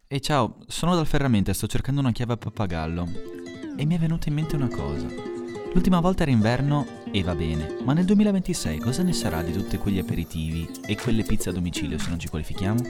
Ehi ciao, sono dal Ferramenta e sto cercando una chiave a pappagallo e mi è venuta in mente una cosa. L'ultima volta era inverno e va bene, ma nel 2026 cosa ne sarà di tutti quegli aperitivi e quelle pizze a domicilio se non ci qualifichiamo?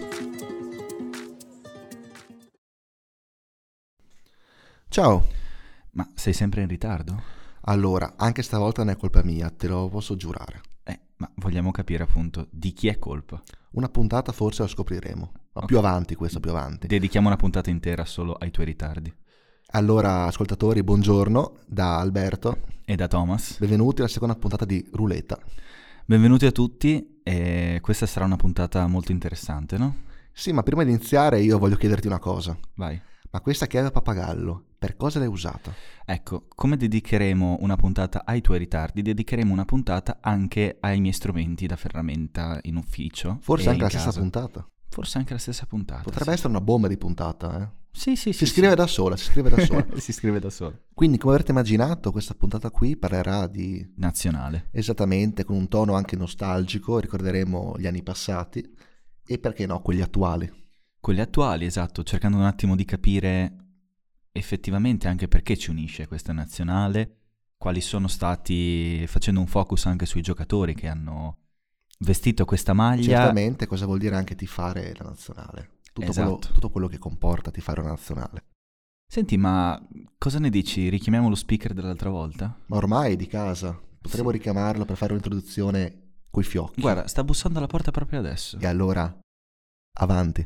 Ciao, Ma sei sempre in ritardo? allora, anche stavolta non è colpa mia, te lo posso giurare. Ma vogliamo capire appunto di chi è colpa. Una puntata forse la scopriremo, ma più Ok, avanti questo, più avanti. dedichiamo una puntata intera solo ai tuoi ritardi. Allora, ascoltatori, buongiorno da Alberto, E da Thomas. benvenuti alla seconda puntata di Ruleta. Benvenuti a tutti e questa sarà una puntata molto interessante, no? Sì, ma prima di iniziare io voglio chiederti una cosa. Vai. Ma questa chiave a pappagallo, per cosa l'hai usata? Ecco, come dedicheremo una puntata ai tuoi ritardi, dedicheremo una puntata anche ai miei strumenti da ferramenta in ufficio Forse e anche in la stessa casa. puntata. Forse anche la stessa puntata. Potrebbe sì. essere una bomba di puntata, eh? Sì, sì, Si sì. scrive da sola, si scrive da sola. Si scrive da solo. Quindi, come avrete immaginato, questa puntata qui parlerà di... Nazionale. Esattamente, con un tono anche nostalgico, ricorderemo gli anni passati e perché no, quelli attuali. Quelli attuali, esatto, cercando un attimo di capire effettivamente anche perché ci unisce questa nazionale, quali sono stati, facendo un focus anche sui giocatori che hanno vestito questa maglia. Certamente, cosa vuol dire anche tifare la nazionale? Esatto. Tutto quello che comporta tifare una nazionale. Senti, ma cosa ne dici? Richiamiamo lo speaker dell'altra volta? Ma ormai è di casa, potremmo Sì. richiamarlo per fare un'introduzione coi fiocchi. Guarda, sta bussando alla porta proprio adesso. E allora, avanti.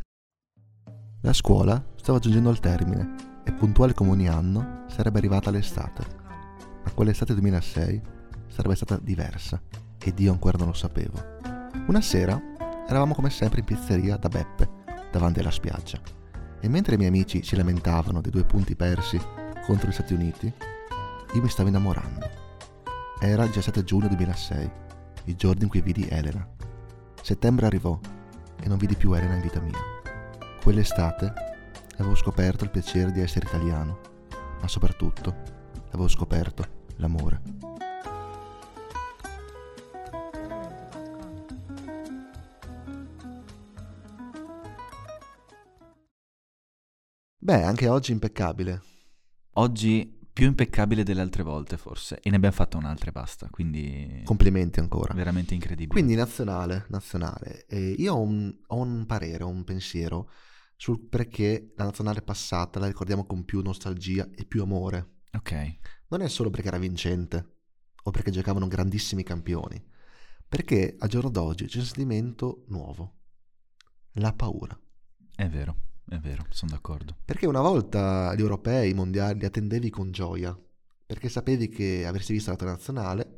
La scuola stava giungendo al termine e puntuale come ogni anno sarebbe arrivata l'estate. Ma quell'estate 2006 sarebbe stata diversa ed io ancora non lo sapevo. Una sera eravamo come sempre in pizzeria da Beppe, davanti alla spiaggia, e mentre i miei amici si lamentavano dei 2 punti persi contro gli Stati Uniti, io mi stavo innamorando. Era il 17 giugno 2006, il giorno in cui vidi Elena. Settembre arrivò e non vidi più Elena in vita mia. Quell'estate avevo scoperto il piacere di essere italiano, ma soprattutto avevo scoperto l'amore. Beh, anche oggi impeccabile. Oggi più impeccabile delle altre volte forse, e ne abbiamo fatta un'altra e basta, quindi Complimenti ancora. veramente incredibile. Quindi nazionale. Io ho un parere, ho un pensiero sul perché la nazionale passata la ricordiamo con più nostalgia e più amore. Ok, Non è solo perché era vincente o perché giocavano grandissimi campioni, perché al giorno d'oggi c'è un sentimento nuovo, la paura. è vero, sono d'accordo. Perché una volta gli europei, i mondiali li attendevi con gioia, perché sapevi che avresti visto la tua nazionale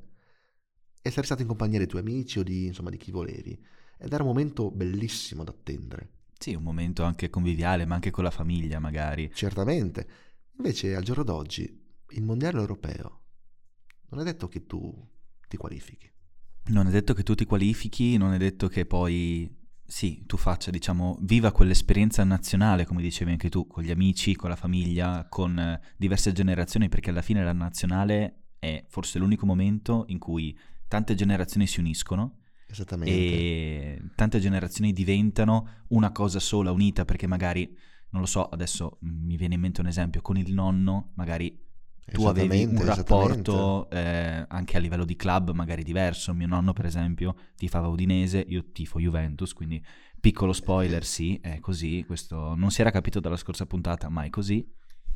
e sarei stato in compagnia dei tuoi amici o insomma, di chi volevi. Ed era un momento bellissimo da attendere. Sì, un momento anche conviviale, ma anche con la famiglia magari. Certamente. Invece al giorno d'oggi il mondiale europeo non è detto che tu ti qualifichi. Non è detto che tu ti qualifichi, non è detto che poi, sì, tu faccia, diciamo, viva quell'esperienza nazionale, come dicevi anche tu, con gli amici, con la famiglia, con diverse generazioni, perché alla fine la nazionale è forse l'unico momento in cui tante generazioni si uniscono Esattamente. e tante generazioni diventano una cosa sola, unita, perché magari, non lo so, adesso mi viene in mente un esempio, con il nonno, magari tu avevi un rapporto anche a livello di club magari diverso. Mio nonno per esempio tifava Udinese, io tifo Juventus, quindi piccolo spoiler, sì, è così, questo non si era capito dalla scorsa puntata, ma è così.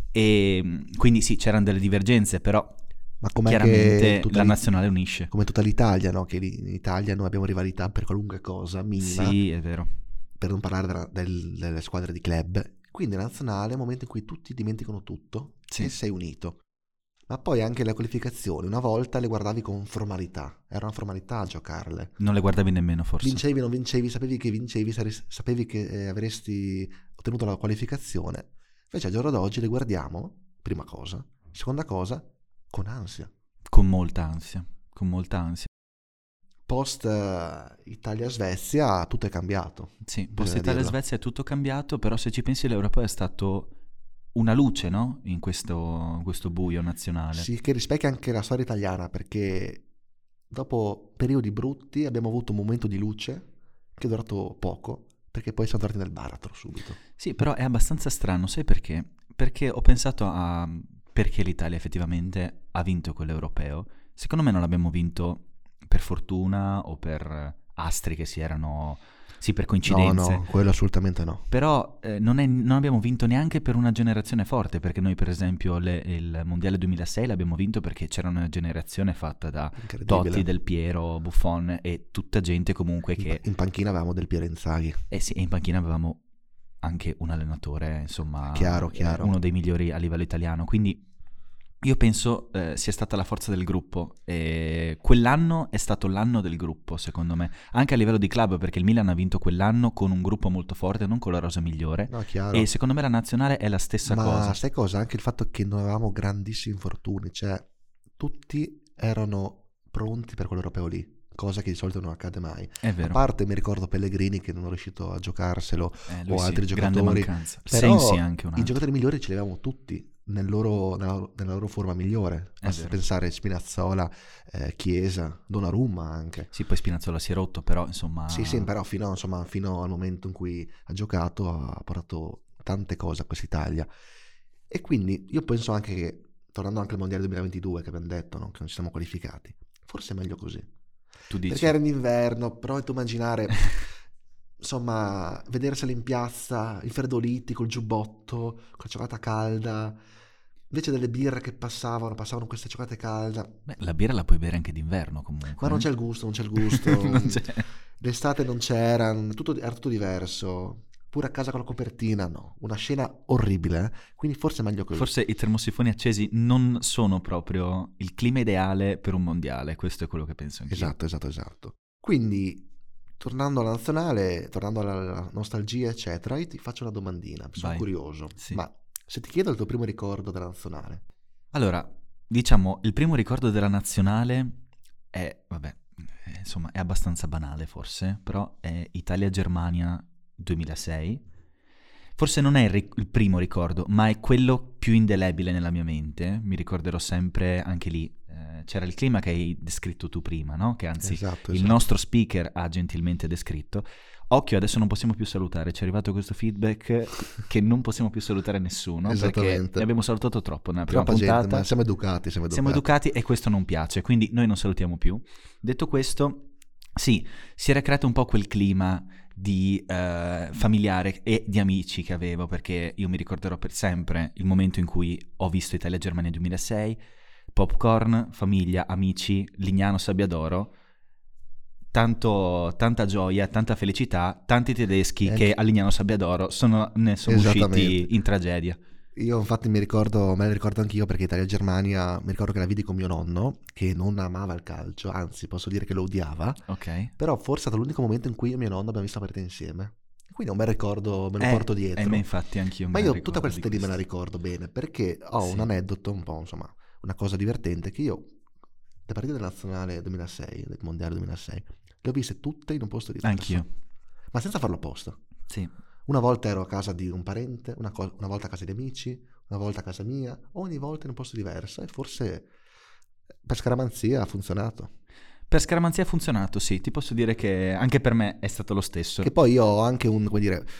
E quindi sì, c'erano delle divergenze, però Ma come chiaramente la nazionale unisce. come tutta l'Italia, no? Che in Italia noi abbiamo rivalità per qualunque cosa minima, Sì, è vero. per non parlare delle squadre di club. Quindi la nazionale è un momento in cui tutti dimenticano tutto Sì. e sei unito. Ma poi anche le qualificazioni, una volta le guardavi con formalità, era una formalità giocarle. Non le guardavi nemmeno forse. Vincevi, non vincevi, sapevi che vincevi, sapevi che avresti ottenuto la qualificazione. Invece al giorno d'oggi le guardiamo, prima cosa, seconda cosa, con ansia. Con molta ansia, con molta ansia. Post Italia-Svezia tutto è cambiato. Sì, bisogna post Italia e dirlo. Svezia è tutto cambiato, però se ci pensi l'Europeo è stato una luce, no? In questo buio nazionale. Sì, che rispecchia anche la storia italiana, perché dopo periodi brutti abbiamo avuto un momento di luce che è durato poco, perché poi siamo tornati nel baratro subito. Sì, però è abbastanza strano, sai perché? Perché ho pensato a perché l'Italia effettivamente ha vinto quell'europeo. Secondo me non l'abbiamo vinto per fortuna o per astri che si erano... Sì, per coincidenze. No, quello assolutamente no. Però non abbiamo vinto neanche per una generazione forte, perché noi per esempio il Mondiale 2006 l'abbiamo vinto perché c'era una generazione fatta da Totti, Del Piero, Buffon e tutta gente comunque che... In panchina avevamo Del Piero e Inzaghi. Sì, e in panchina avevamo anche un allenatore, insomma, chiaro. uno dei migliori a livello italiano, quindi io penso sia stata la forza del gruppo, e quell'anno è stato l'anno del gruppo secondo me, anche a livello di club, perché il Milan ha vinto quell'anno con un gruppo molto forte, non con la rosa migliore, no, chiaro. E secondo me la nazionale è la stessa cosa. Ma sai cosa? Anche il fatto che non avevamo grandissimi infortuni, cioè tutti erano pronti per quell'europeo lì, cosa che di solito non accade mai. È vero. A parte mi ricordo Pellegrini che non è riuscito a giocarselo, o altri grande giocatori, mancanza. però Sensi anche i giocatori migliori ce li avevamo tutti nella loro forma migliore. Basta pensare Spinazzola, Chiesa, Donnarumma anche. Sì, poi Spinazzola si è rotto, però insomma... Sì, però fino al momento in cui ha giocato ha portato tante cose a quest'Italia. E quindi io penso anche che, tornando anche al Mondiale 2022 che abbiamo detto, no? Che non ci siamo qualificati, forse è meglio così. Tu dici? Perché era in inverno, però tu immaginare... insomma, vederseli in piazza, infreddoliti, col giubbotto, con la cioccolata calda, invece delle birre che passavano queste cioccolate calde. Beh, la birra la puoi bere anche d'inverno comunque. Ma non c'è il gusto. Non c'è. L'estate non c'era, era tutto diverso. Pure a casa con la copertina, no. Una scena orribile, quindi forse è meglio così. Forse i termosifoni accesi non sono proprio il clima ideale per un mondiale, questo è quello che penso anch'io. Esatto. Quindi... tornando alla nazionale, tornando alla nostalgia, eccetera, io ti faccio una domandina, sono curioso. Sì. Ma se ti chiedo il tuo primo ricordo della nazionale? Allora, diciamo, il primo ricordo della nazionale è, insomma, è abbastanza banale forse, però è Italia-Germania 2006. Forse non è il primo ricordo, ma è quello più indelebile nella mia mente. Mi ricorderò sempre anche lì. C'era il clima che hai descritto tu prima, no? Che anzi il nostro speaker ha gentilmente descritto. Occhio, adesso non possiamo più salutare. Ci è arrivato questo feedback che non possiamo più salutare nessuno, perché ne abbiamo salutato troppo nella prima puntata. Gente, ma siamo educati e questo non piace, quindi noi non salutiamo più. Detto questo, sì, si era creato un po' quel clima di familiare e di amici che avevo, perché io mi ricorderò per sempre il momento in cui ho visto Italia-Germania 2006, popcorn, famiglia, amici, Lignano Sabbiadoro, tanta gioia, tanta felicità, tanti tedeschi che a Lignano Sabbiadoro ne sono usciti in tragedia. Io infatti me la ricordo anch'io, perché Italia-Germania mi ricordo che la vidi con mio nonno, che non amava il calcio, anzi posso dire che lo odiava, però forse è stato l'unico momento in cui io e mio nonno abbiamo visto la partita insieme, quindi un bel ricordo, me lo porto dietro. Ma infatti anch'io ma io tutta questa lì me la ricordo bene, perché ho un aneddoto un po', insomma, una cosa divertente, che io le partite della nazionale 2006, del mondiale 2006, le ho viste tutte in un posto diverso. Anch'io. Ma senza farlo apposta. Sì. Una volta ero a casa di un parente, una volta a casa di amici, una volta a casa mia, ogni volta in un posto diverso, e forse per scaramanzia ha funzionato. Per scaramanzia ha funzionato, sì, ti posso dire che anche per me è stato lo stesso. Che poi io ho anche un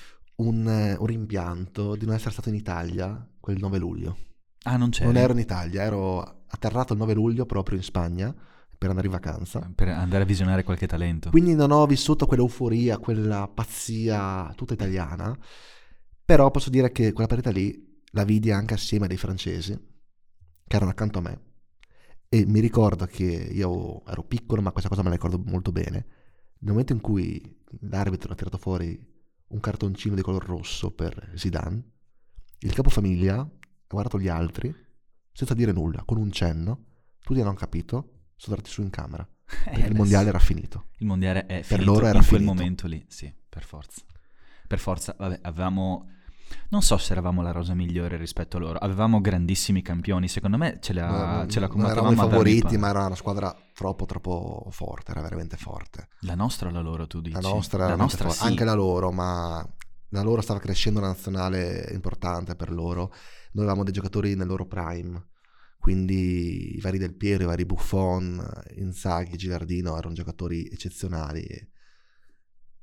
rimpianto di non essere stato in Italia quel 9 luglio. Ah, non c'eri? Non ero in Italia, ero atterrato il 9 luglio proprio in Spagna per andare in vacanza, per andare a visionare qualche talento. Quindi non ho vissuto quell'euforia, quella pazzia tutta italiana, però posso dire che quella partita lì la vidi anche assieme a dei francesi che erano accanto a me, e mi ricordo che io ero piccolo, ma questa cosa me la ricordo molto bene. Nel momento in cui l'arbitro ha tirato fuori un cartoncino di color rosso per Zidane, il capofamiglia ha guardato gli altri senza dire nulla, con un cenno, tutti hanno capito, sono andati su in camera, perché il mondiale era finito. Il mondiale è per finito loro era in finito. Quel momento lì, sì, per forza. Vabbè, avevamo, non so se eravamo la rosa migliore rispetto a loro, avevamo grandissimi campioni, secondo me ce la combattevamo. Non eravamo i favoriti, ma era una squadra troppo forte, era veramente forte. La nostra o la loro, tu dici? La nostra forte. Sì. Anche la loro, ma la loro stava crescendo una nazionale importante per loro. Noi avevamo dei giocatori nel loro prime, quindi i vari Del Piero, i vari Buffon, Inzaghi, Gilardino erano giocatori eccezionali.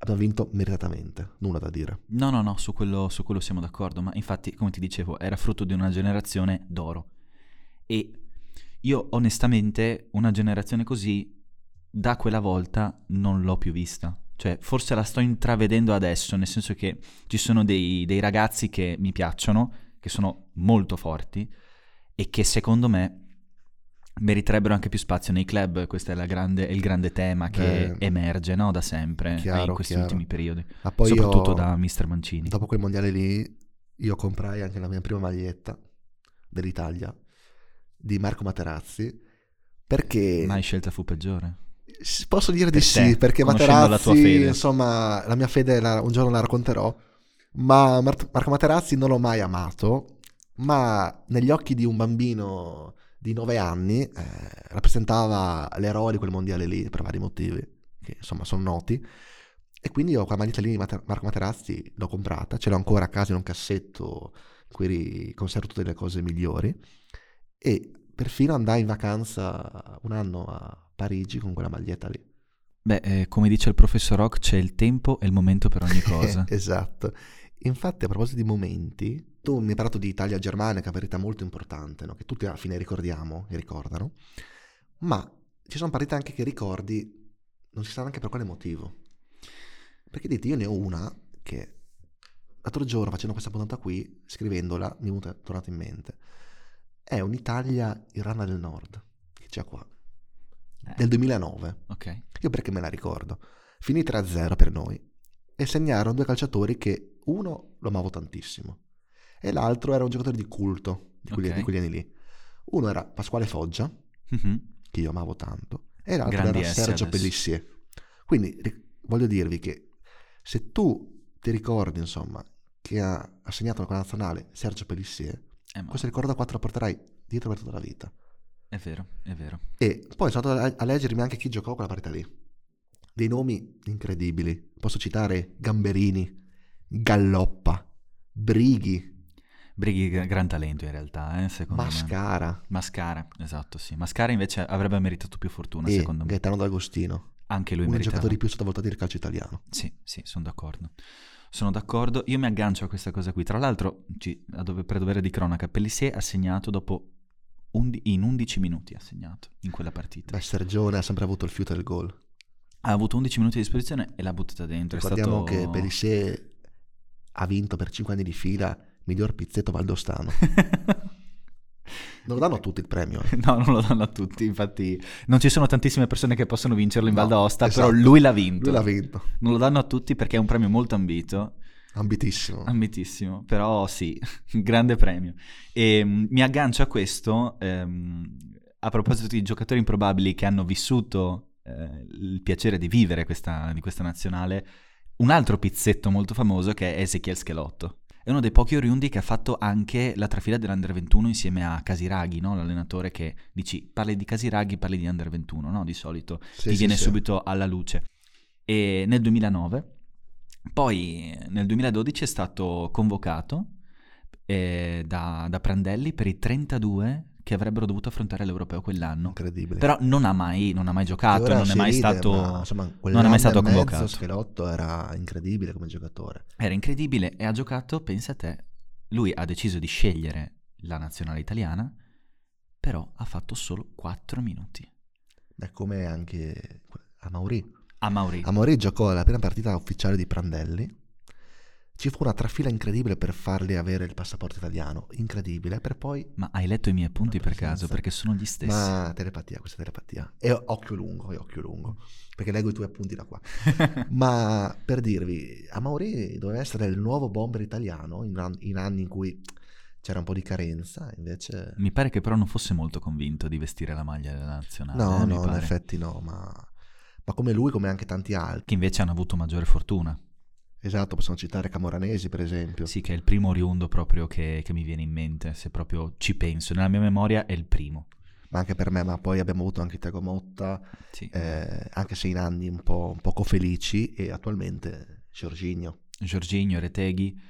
abbiamo vinto meritatamente, nulla da dire. No, su quello siamo d'accordo, ma infatti, come ti dicevo, era frutto di una generazione d'oro. E io onestamente una generazione così da quella volta non l'ho più vista. Cioè, forse la sto intravedendo adesso, nel senso che ci sono dei ragazzi che mi piacciono, che sono molto forti e che secondo me meriterebbero anche più spazio nei club. Questo è il grande tema che emerge, no, da sempre in questi ultimi periodi, ma poi soprattutto da Mister Mancini. Dopo quel mondiale lì io comprai anche la mia prima maglietta dell'Italia di Marco Materazzi, perché mai scelta fu peggiore. Posso dire di sì, perché Materazzi, la tua fede. Insomma, la mia fede un giorno la racconterò, ma Marco Materazzi non l'ho mai amato, ma negli occhi di un bambino di 9 anni rappresentava l'eroe di quel mondiale lì per vari motivi che insomma sono noti, e quindi io quella maglietta lì di Marco Materazzi l'ho comprata, ce l'ho ancora a casa in un cassetto in cui conservo tutte le cose migliori, e perfino andai in vacanza un anno a Parigi con quella maglietta lì. Beh, come dice il professor Rock, c'è il tempo e il momento per ogni cosa. Esatto. Infatti, a proposito di momenti, tu mi hai parlato di Italia-Germania, che è una partita molto importante, no? Che tutti alla fine ricordiamo e ricordano, ma ci sono partite anche che ricordi, non si sa neanche per quale motivo. Perché dite, io ne ho una che l'altro giorno, facendo questa puntata qui, scrivendola, mi è tornata in mente. È un'Italia-Irlanda del Nord, che c'è qua, del 2009. Ok. Io perché me la ricordo? Finì 3-0 per noi e segnarono 2 calciatori che uno lo amavo tantissimo e l'altro era un giocatore di culto di quegli anni lì. Uno era Pasquale Foggia, che io amavo tanto, e l'altro era Sergio Pellissier. Quindi voglio dirvi che se tu ti ricordi, insomma, che ha segnato con la nazionale Sergio Pellissier, questo ricordo qua te lo porterai dietro per tutta la vita. È vero. E poi sono andato a leggermi anche chi giocò quella partita lì. Dei nomi incredibili. Posso citare Gamberini, Galloppa, Brighi, gran talento in realtà, secondo me. Mascara, esatto, sì. Mascara invece avrebbe meritato più fortuna, secondo me. Gaetano D'Agostino. Anche lui uno dei giocatori più sottovalutati del calcio italiano. Sì, sono d'accordo. Io mi aggancio a questa cosa qui. Tra l'altro, per dovere di cronaca, Pellissier ha segnato dopo in 11 minuti ha segnato in quella partita. Beh, Sergione ha sempre avuto il fiuto del gol. Ha avuto 11 minuti a disposizione e l'ha buttata dentro. Ricordiamo che Pellissier ha vinto per 5 anni di fila miglior pizzetto valdostano. Non lo danno a tutti il premio. No, non lo danno a tutti. Infatti non ci sono tantissime persone che possono vincerlo in Val d'Aosta, esatto. Però lui l'ha vinto. Non lo danno a tutti perché è un premio molto ambito. Ambitissimo, però sì, grande premio. E mi aggancio a questo, a proposito di giocatori improbabili che hanno vissuto il piacere di vivere di questa nazionale, un altro pizzetto molto famoso che è Ezechiel Schelotto. È uno dei pochi oriundi che ha fatto anche la trafila dell'Under 21 insieme a Casiraghi, no? L'allenatore che dici, parli di Casiraghi, parli di Under 21, no? Di solito ti viene subito alla luce. E nel 2009... Poi nel 2012 è stato convocato da Prandelli per i 32 che avrebbero dovuto affrontare l'Europeo quell'anno. Incredibile. Però non ha mai giocato, non è mai stato convocato. Schelotto era incredibile come giocatore. Era incredibile e ha giocato, pensa a te, lui ha deciso di scegliere la nazionale italiana, però ha fatto solo 4 minuti. Beh, come anche Amaury. Amaury giocò la prima partita ufficiale di Prandelli. Ci fu una trafila incredibile per fargli avere il passaporto italiano, incredibile, per poi... Ma hai letto i miei appunti per caso? Perché sono gli stessi. Ma questa telepatia. E occhio lungo, perché leggo i tuoi appunti da qua. Ma per dirvi, Amaury doveva essere il nuovo bomber italiano in anni in cui c'era un po' di carenza, invece... Mi pare che però non fosse molto convinto di vestire la maglia della nazionale. No, in effetti no, ma come lui, come anche tanti altri. Che invece hanno avuto maggiore fortuna. Esatto, possiamo citare Camoranesi, per esempio. Sì, che è il primo oriundo proprio che mi viene in mente, se proprio ci penso. Nella mia memoria è il primo. Ma anche per me, ma poi abbiamo avuto anche Thiago Motta, sì. Anche se in anni un poco felici, e attualmente Jorginho, Retegui.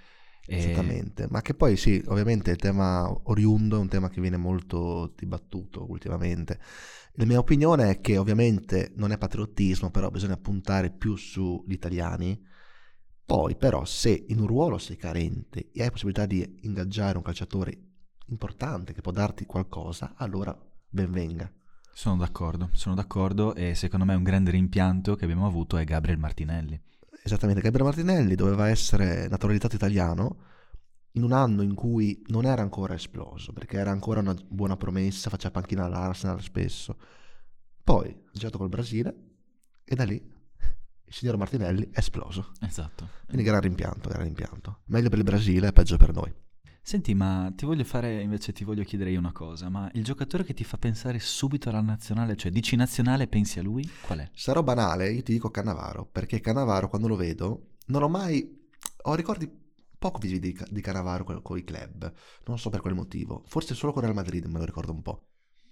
Esattamente, ma che poi sì, ovviamente il tema oriundo è un tema che viene molto dibattuto ultimamente. La mia opinione è che ovviamente non è patriottismo, però bisogna puntare più sugli italiani. Poi però se in un ruolo sei carente e hai possibilità di ingaggiare un calciatore importante che può darti qualcosa, allora ben venga. Sono d'accordo e secondo me un grande rimpianto che abbiamo avuto è Gabriel Martinelli. Esattamente, Gabriele Martinelli doveva essere naturalizzato italiano in un anno in cui non era ancora esploso, perché era ancora una buona promessa, faceva panchina all'Arsenal spesso. Poi ha giocato col Brasile e da lì il signor Martinelli è esploso. Esatto. Quindi gran rimpianto. Meglio per il Brasile, peggio per noi. Senti, ma ti voglio chiedere io una cosa, ma il giocatore che ti fa pensare subito alla nazionale, cioè dici nazionale, pensi a lui, qual è? Sarò banale, io ti dico Cannavaro, perché Cannavaro quando lo vedo non ho mai... ho ricordi poco vivi di Cannavaro con i club, non so per quale motivo, forse solo con Real Madrid me lo ricordo un po'.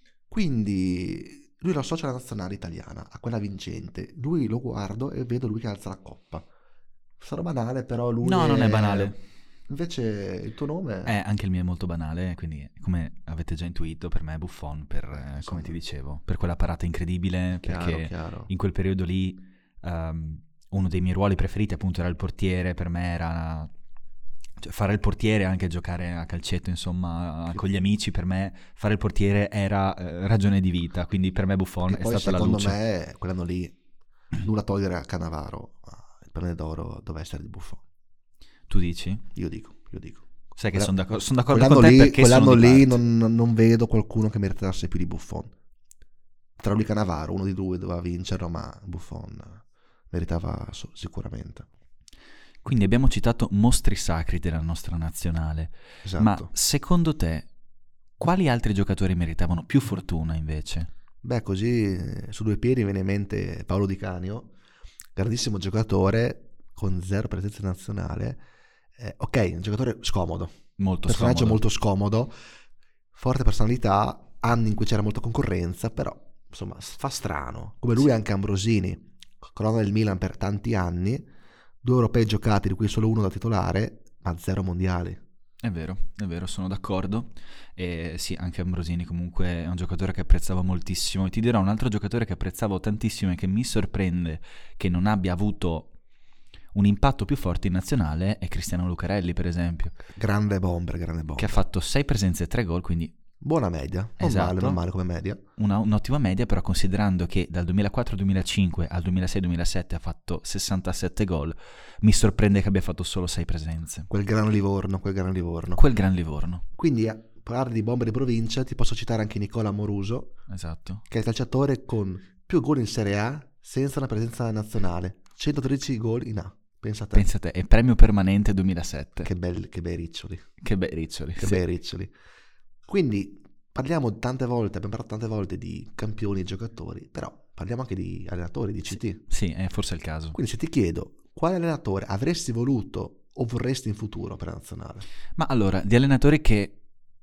Quindi lui lo associa alla nazionale italiana, a quella vincente, lui lo guardo e vedo lui che alza la coppa. Sarò banale, però lui No, non è banale. Invece il tuo nome... Anche il mio è molto banale, quindi come avete già intuito, per me è Buffon, come ti dicevo, per quella parata incredibile, perché chiaro. in quel periodo lì uno dei miei ruoli preferiti appunto era il portiere, per me era... Cioè, fare il portiere, anche giocare a calcetto, insomma, con gli amici, per me fare il portiere era ragione di vita, quindi per me Buffon è stata la luce. Secondo me, quell'anno lì, nulla togliere a Cannavaro, il pallone d'oro doveva essere di Buffon. Tu dici? Io dico. Sai che sono d'accordo con te lì, perché quell'anno sono di lì parte. non vedo qualcuno che meritasse più di Buffon. Tra lui e Cannavaro, uno di due doveva vincerlo, ma Buffon meritava sicuramente. Quindi abbiamo citato mostri sacri della nostra nazionale. Esatto. Ma secondo te quali altri giocatori meritavano più fortuna invece? Beh, così su due piedi viene in mente Paolo Di Canio, grandissimo giocatore con zero presenza nazionale. Ok, un giocatore scomodo, personaggio molto scomodo, forte personalità, anni in cui c'era molta concorrenza, però insomma fa strano. Come lui anche Ambrosini, colonna del Milan per tanti anni, 2 europei giocati di cui solo uno da titolare, ma 0 mondiali. È vero, sono d'accordo. E sì, anche Ambrosini comunque è un giocatore che apprezzavo moltissimo. E ti dirò un altro giocatore che apprezzavo tantissimo e che mi sorprende che non abbia avuto un impatto più forte in nazionale è Cristiano Lucarelli, per esempio. Grande bomber. Che ha fatto 6 presenze e 3 gol, quindi... buona media, non male come media. Un'ottima media, però considerando che dal 2004-2005 al 2006-2007 ha fatto 67 gol, mi sorprende che abbia fatto solo 6 presenze. Quel gran Livorno. Quindi a parlare di bomber di provincia ti posso citare anche Nicola Amoruso, esatto, che è il calciatore con più gol in Serie A senza una presenza nazionale, 113 gol in A. Pensa a te, è premio permanente 2007. Che bei riccioli. Bei riccioli. Quindi abbiamo parlato tante volte di campioni e giocatori, però parliamo anche di allenatori, di CT. Sì, è forse il caso. Quindi se ti chiedo, quale allenatore avresti voluto o vorresti in futuro per la nazionale? Ma allora, di allenatori che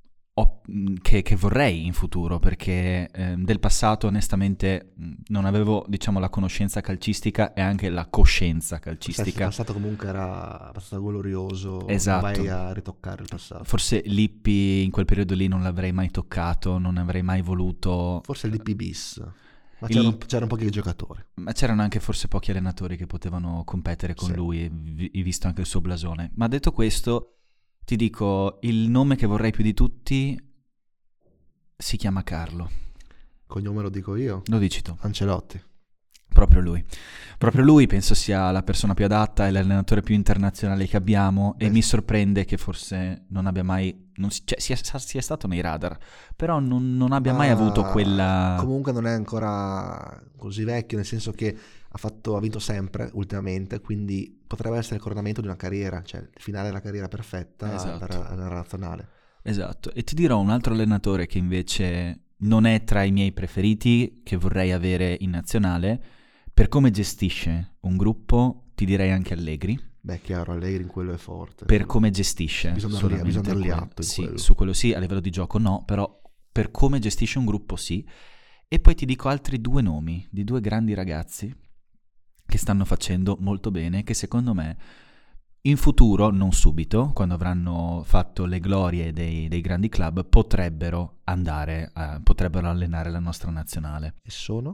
vorrei in futuro, perché del passato onestamente non avevo, diciamo, la conoscenza calcistica e anche la coscienza calcistica. Il passato comunque era abbastanza glorioso, esatto. Non vai a ritoccare il passato. Forse Lippi in quel periodo lì non l'avrei mai toccato, non avrei mai voluto. Forse il Lippi bis, ma c'erano pochi giocatori. Ma c'erano anche forse pochi allenatori che potevano competere con lui, visto anche il suo blasone. Ma detto questo, ti dico, il nome che vorrei più di tutti si chiama Carlo. Cognome lo dico io? Lo dici tu. Ancelotti. Proprio lui penso sia la persona più adatta e l'allenatore più internazionale che abbiamo. E mi sorprende che forse non abbia mai, sia stato nei radar, però non abbia mai avuto quella... Comunque non è ancora così vecchio, nel senso che ha vinto sempre ultimamente, quindi potrebbe essere il coronamento di una carriera, cioè il finale della carriera perfetta. Esatto. Per la nazionale. Esatto, e ti dirò un altro allenatore che invece non è tra i miei preferiti, che vorrei avere in nazionale. Per come gestisce un gruppo, ti direi anche Allegri. Beh, chiaro, Allegri in quello è forte. Per come gestisce. Bisogna dargli atto. Sì, su quello sì, a livello di gioco no, però per come gestisce un gruppo sì. E poi ti dico altri 2 nomi di 2 grandi ragazzi che stanno facendo molto bene, che secondo me In futuro, non subito, quando avranno fatto le glorie dei grandi club, potrebbero allenare la nostra nazionale. E sono?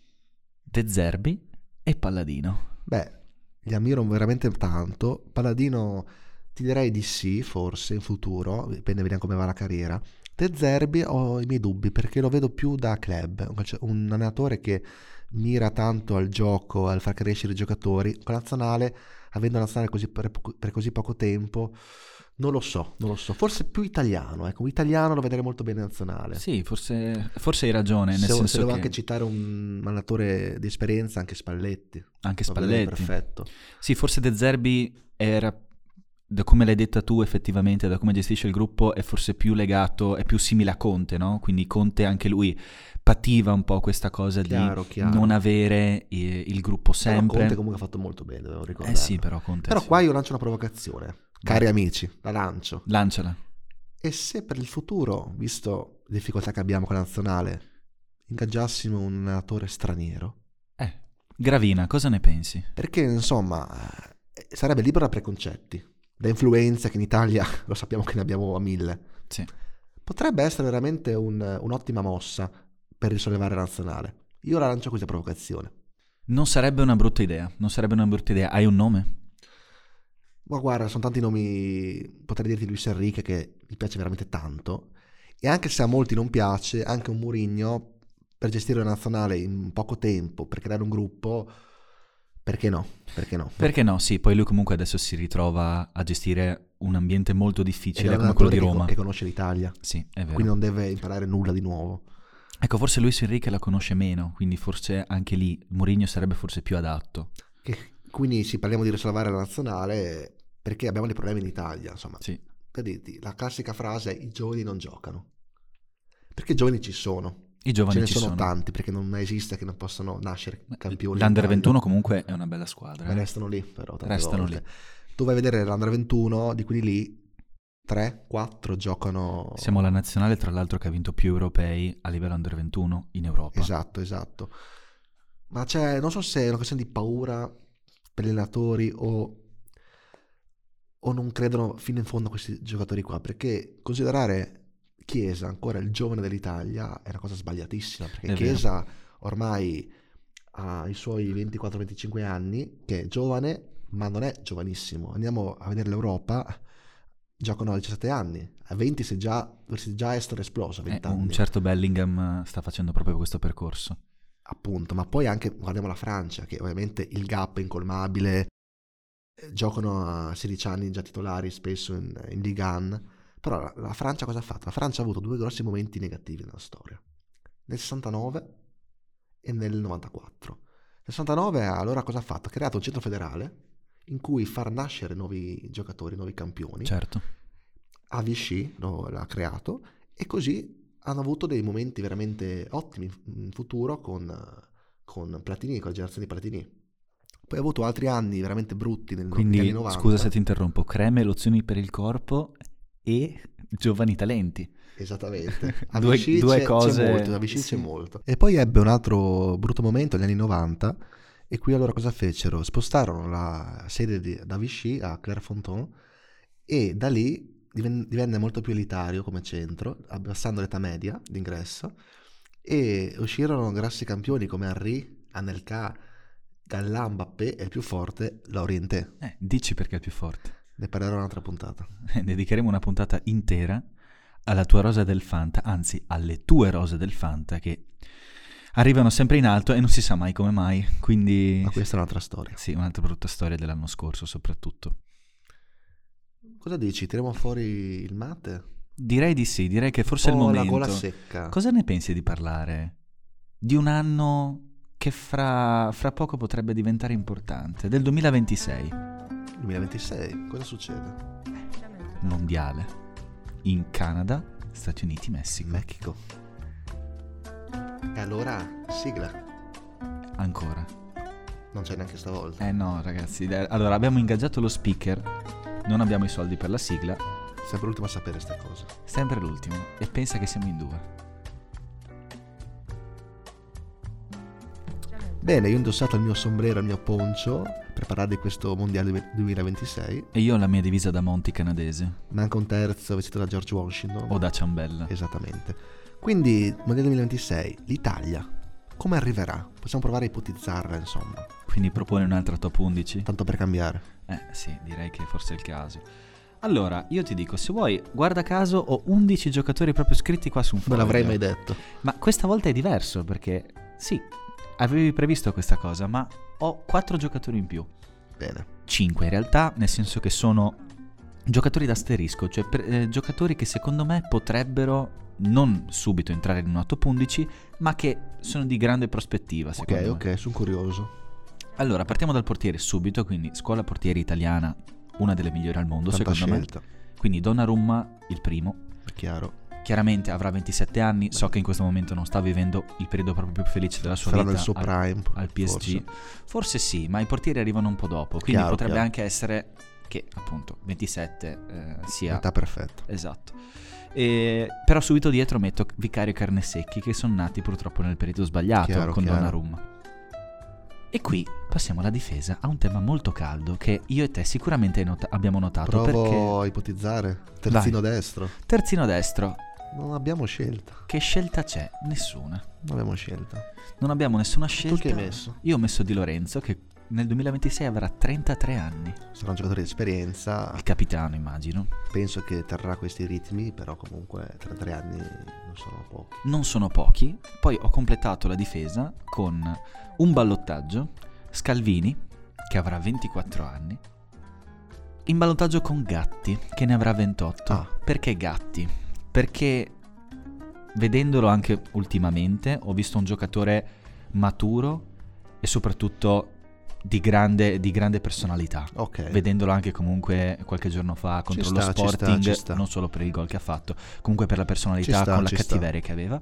De Zerbi e Palladino. Beh, li ammiro veramente tanto. Palladino ti direi di sì, forse in futuro, dipende, vediamo come va la carriera. De Zerbi ho i miei dubbi perché lo vedo più da club, un allenatore che mira tanto al gioco, al far crescere i giocatori. Con la nazionale, avendo la nazionale così per così poco tempo, non lo so, forse più italiano, ecco, italiano lo vedrei molto bene in nazionale. Sì, forse hai ragione, nel senso se devo che anche citare un allenatore di esperienza, anche Spalletti. Anche Spalletti. Perfetto. Sì, forse De Zerbi era, da come l'hai detta tu effettivamente, da come gestisce il gruppo, è forse più legato, è più simile a Conte, no? Quindi Conte anche lui pativa un po' questa cosa chiaro. Non avere il gruppo sempre. Però Conte comunque ha fatto molto bene, devo ricordare. Sì, però Conte. Però sì. qua io lancio una provocazione. Cari amici, la lancio. Lanciala. E se per il futuro, visto le difficoltà che abbiamo con la nazionale, ingaggiassimo un allenatore straniero? Gravina, cosa ne pensi? Perché insomma sarebbe libero da preconcetti, da influenze che in Italia lo sappiamo che ne abbiamo a 1000. Sì. Potrebbe essere veramente un'ottima mossa per risollevare la nazionale. Io la lancio questa provocazione. Non sarebbe una brutta idea. Hai un nome? Ma guarda, sono tanti nomi, potrei dirti Luis Enrique che mi piace veramente tanto, e anche se a molti non piace, anche un Mourinho per gestire la nazionale in poco tempo, per creare un gruppo, perché no? Perché no, sì, poi lui comunque adesso si ritrova a gestire un ambiente molto difficile come quello di Roma. Che conosce l'Italia. Sì, è vero. Quindi non deve imparare nulla di nuovo. Ecco, forse Luis Enrique la conosce meno, quindi forse anche lì Mourinho sarebbe forse più adatto. Quindi sì, parliamo di risollevare la nazionale perché abbiamo dei problemi in Italia, insomma. Sì. Per dirti, la classica frase è i giovani non giocano. Perché i giovani ci sono. I giovani ce ne sono tanti, perché non esiste che non possano nascere campioni. L'Under 21 comunque è una bella squadra. Ma restano lì, però. Restano lì. Tu vai a vedere l'Under 21, di quelli lì 3, 4 giocano. Siamo la nazionale, tra l'altro, che ha vinto più europei a livello Under 21 in Europa. Esatto. Ma non so se è una questione di paura per gli allenatori o non credono fino in fondo a questi giocatori qua, perché considerare Chiesa ancora il giovane dell'Italia è una cosa sbagliatissima, perché È Chiesa vero. ormai ha i suoi 24-25 anni, che è giovane, ma non è giovanissimo. Andiamo a vedere l'Europa, giocano a 17 anni, a 20 dovresti già essere esploso, a 20 anni. Un certo Bellingham sta facendo proprio questo percorso. Appunto, ma poi anche guardiamo la Francia, che ovviamente il gap è incolmabile, giocano a 16 anni già titolari spesso in Ligue 1, però la Francia cosa ha fatto? La Francia ha avuto 2 grossi momenti negativi nella storia, nel 69 e nel 94. Nel 69 allora cosa ha fatto? Ha creato un centro federale in cui far nascere nuovi giocatori, nuovi campioni. Certo. A Vichy l'ha creato, e così hanno avuto dei momenti veramente ottimi in futuro con Platini, con la generazione di Platini. Poi ha avuto altri anni veramente brutti negli anni 90. Scusa se ti interrompo, creme, lozioni per il corpo e giovani talenti. Esattamente. A due cose. A Vichy c'è molto. E poi ebbe un altro brutto momento negli anni 90, e qui allora cosa fecero? Spostarono la sede da Vichy a Clairefontaine, e da lì divenne molto più elitario come centro, abbassando l'età media d'ingresso, e uscirono grossi campioni come Henry, Anelka, Galland, Mbappé, e il più forte, Laurienté. Dici perché è il più forte. Ne parlerò un'altra puntata. Dedicheremo una puntata intera alla tua rosa del Fanta, anzi alle tue rose del Fanta, che arrivano sempre in alto e non si sa mai come mai, quindi... Ma questa è un'altra storia. Sì, un'altra brutta storia dell'anno scorso soprattutto. Cosa dici? Tiriamo fuori il mate? Direi di sì, direi che forse è il momento. La gola secca. Cosa ne pensi di parlare di un anno che fra poco potrebbe diventare importante, del 2026? 2026? Cosa succede? Mondiale in Canada, Stati Uniti, Messico. E allora, sigla. Ancora. Non c'è neanche stavolta. No, ragazzi. Allora, abbiamo ingaggiato lo speaker, non abbiamo i soldi per la sigla. Sempre l'ultimo a sapere queste cose. Sempre l'ultimo. E pensa che siamo in 2. Bene, io ho indossato il mio sombrero, il mio poncio, per parlare di questo mondiale 2026. E io ho la mia divisa da Monti canadese. Manca un terzo vestito da George Washington. O da ciambella. Esattamente. Quindi, mondiale 2026, l'Italia, come arriverà? Possiamo provare a ipotizzarla, insomma. Quindi propone un'altra top 11? Tanto per cambiare. Sì, direi che forse è il caso. Allora, io ti dico, se vuoi, guarda caso, ho 11 giocatori proprio scritti qua su un foglio. Non l'avrei mai detto. Ma questa volta è diverso, perché sì, avevi previsto questa cosa, ma ho 4 giocatori in più. Bene. 5 in realtà, nel senso che sono giocatori d'asterisco, cioè giocatori che secondo me potrebbero non subito entrare in una top 11, ma che sono di grande prospettiva, secondo me. Ok, sono curioso. Allora, partiamo dal portiere subito, quindi scuola portieri italiana, una delle migliori al mondo, Tanta secondo scelta. me. Quindi Donnarumma, il primo. Chiaro. Chiaramente avrà 27 anni, so che in questo momento non sta vivendo il periodo proprio più felice della sua sarà vita. Sarà nel suo prime. Al PSG. Forse sì, ma i portieri arrivano un po' dopo, quindi potrebbe anche essere che appunto 27 sia... Età perfetta. Esatto. Però subito dietro metto Vicario e Carnesecchi, che sono nati purtroppo nel periodo sbagliato con Donnarumma. E qui passiamo alla difesa, a un tema molto caldo che io e te sicuramente abbiamo notato. Provo a ipotizzare. Terzino destro. Terzino destro. Non abbiamo scelta. Che scelta c'è? Nessuna. Non abbiamo scelta. Non abbiamo nessuna scelta. Tu che hai messo? Io ho messo Di Lorenzo, che nel 2026 avrà 33 anni. Sarà un giocatore di esperienza. Il capitano, immagino. Penso che terrà questi ritmi, però comunque 33 anni non sono pochi. Non sono pochi. Poi ho completato la difesa con un ballottaggio. Scalvini, che avrà 24 anni. In ballottaggio con Gatti, che ne avrà 28. Perché Gatti? Perché vedendolo anche ultimamente ho visto un giocatore maturo e soprattutto di grande personalità. Vedendolo anche comunque qualche giorno fa contro lo Sporting, ci sta. Non solo per il gol che ha fatto, comunque per la personalità, con la cattiveria che aveva.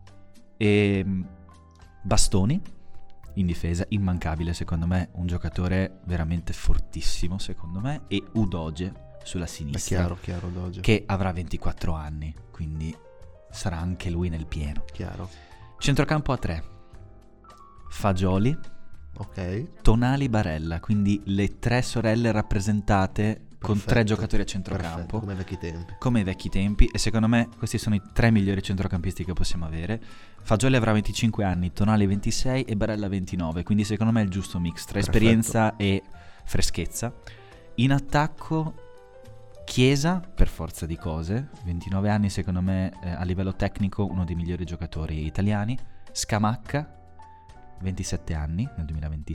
E Bastoni in difesa, immancabile secondo me, un giocatore veramente fortissimo secondo me, e Udoge sulla sinistra, chiaro Udoge, che avrà 24 anni, quindi sarà anche lui nel pieno. Chiaro. Centrocampo a 3, Fagioli, Tonali, Barella, quindi le 3 sorelle rappresentate. Con 3 giocatori a centrocampo. Perfetto, come ai vecchi tempi. E secondo me questi sono i 3 migliori centrocampisti che possiamo avere. Fagioli avrà 25 anni, Tonali 26 e Barella 29. Quindi secondo me è il giusto mix tra esperienza e freschezza. In attacco Chiesa, per forza di cose, 29 anni secondo me, a livello tecnico uno dei migliori giocatori italiani. Scamacca, 27 anni nel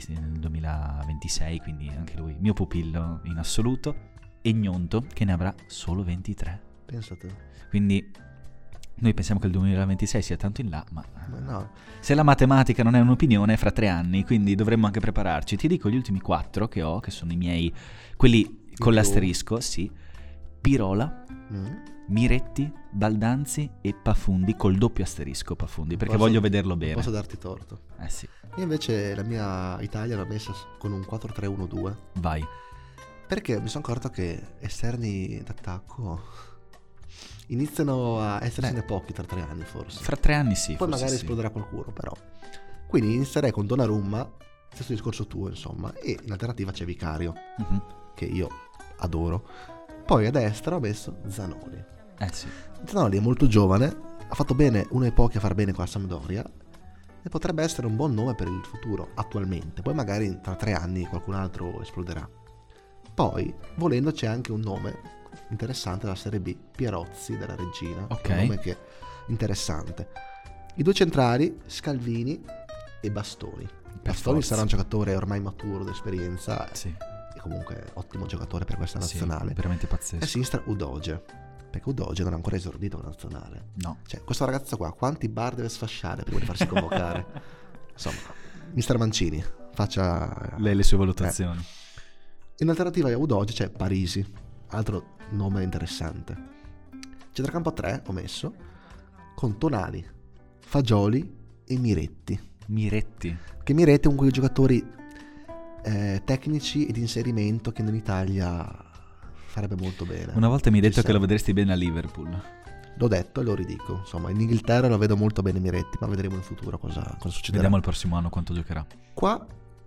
2026, quindi anche lui mio pupillo in assoluto. E Gnonto, che ne avrà solo 23. Pensate. Quindi noi pensiamo che il 2026 sia tanto in là, ma no. Se la matematica non è un'opinione, è fra 3 anni, quindi dovremmo anche prepararci. Ti dico gli ultimi 4 che ho, che sono i miei, quelli con l'asterisco, sì. Pirola, Miretti, Baldanzi e Pafundi, col doppio asterisco Pafundi, perché voglio vederlo bene. Posso darti torto. Sì. Io invece la mia Italia l'ho messa con un 4-3-1-2. Vai. Perché mi sono accorto che esterni d'attacco iniziano a essersene pochi tra 3 anni forse. Fra 3 anni sì. Poi magari esploderà qualcuno però. Quindi inizierei con Donnarumma, stesso discorso tuo insomma, e in alternativa c'è Vicario, che io adoro. Poi a destra ho messo Zanoli. Sì. Zanoli è molto giovane, ha fatto bene, uno dei pochi a far bene con la Sampdoria, e potrebbe essere un buon nome per il futuro attualmente. Poi magari tra 3 anni qualcun altro esploderà. Poi, volendo, c'è anche un nome interessante della Serie B, Pierozzi della Regina, che è un nome che è interessante. I 2 centrali, Scalvini e Bastoni. Bastoni sarà un giocatore ormai maturo, d'esperienza, e comunque ottimo giocatore per questa nazionale. Veramente pazzesco. E a sinistra Udoge, perché Udoge non ha ancora esordito con la nazionale. No. Cioè, questo ragazzo qua, quanti bar deve sfasciare prima di farsi convocare? Insomma, mister Mancini, faccia lei le sue valutazioni. In alternativa a Udoge c'è Parisi, altro nome interessante. Centrocampo a 3 ho messo, con Tonali, Fagioli e Miretti. Che Miretti è uno di quei giocatori tecnici e di inserimento che in Italia farebbe molto bene. Una volta mi hai detto che lo vedresti bene a Liverpool. L'ho detto e lo ridico. Insomma, in Inghilterra lo vedo molto bene Miretti, ma vedremo in futuro cosa succederà. Vediamo il prossimo anno quanto giocherà. Qua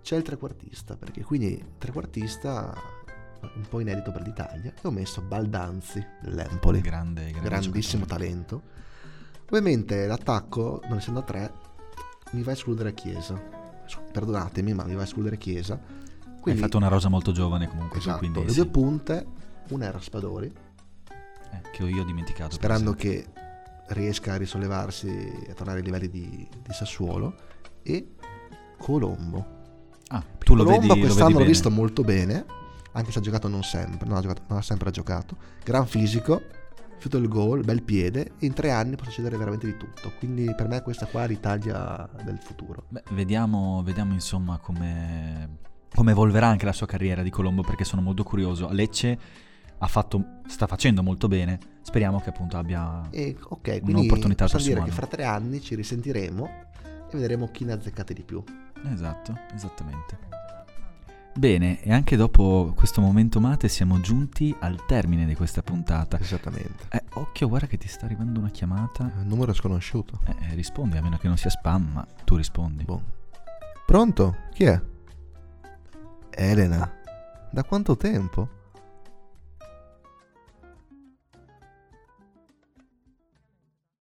c'è il trequartista, perché quindi trequartista un po' inedito per l'Italia, e ho messo Baldanzi dell'Empoli, grandissimo talento. Ovviamente l'attacco, non essendo a 3, mi va a escludere Chiesa, perdonatemi, ma mi va a escludere Chiesa. Quindi, hai fatto una rosa molto giovane comunque. Esatto, quindi, le 2 punte, una era Raspadori, che io ho dimenticato, sperando che riesca a risollevarsi e a tornare ai livelli di Sassuolo, e Colombo. Tu lo Colombo vedi, quest'anno l'ho visto bene. molto bene, anche se ha giocato non ha sempre giocato, gran fisico, fiuto il gol, bel piede, e in 3 anni può succedere veramente di tutto, quindi per me questa qua è l'Italia del futuro. Vediamo insomma come evolverà anche la sua carriera di Colombo, perché sono molto curioso. A Lecce sta facendo molto bene, speriamo che appunto abbia un'opportunità al prossimo dire anno. Che fra 3 anni ci risentiremo e vedremo chi ne ha azzeccate di più. Esatto, esattamente. Bene, e anche dopo questo momento mate siamo giunti al termine di questa puntata. Esattamente. Occhio, guarda che ti sta arrivando una chiamata. Numero sconosciuto. Rispondi, a meno che non sia spam, ma tu rispondi. Pronto? Chi è? Elena. Da quanto tempo?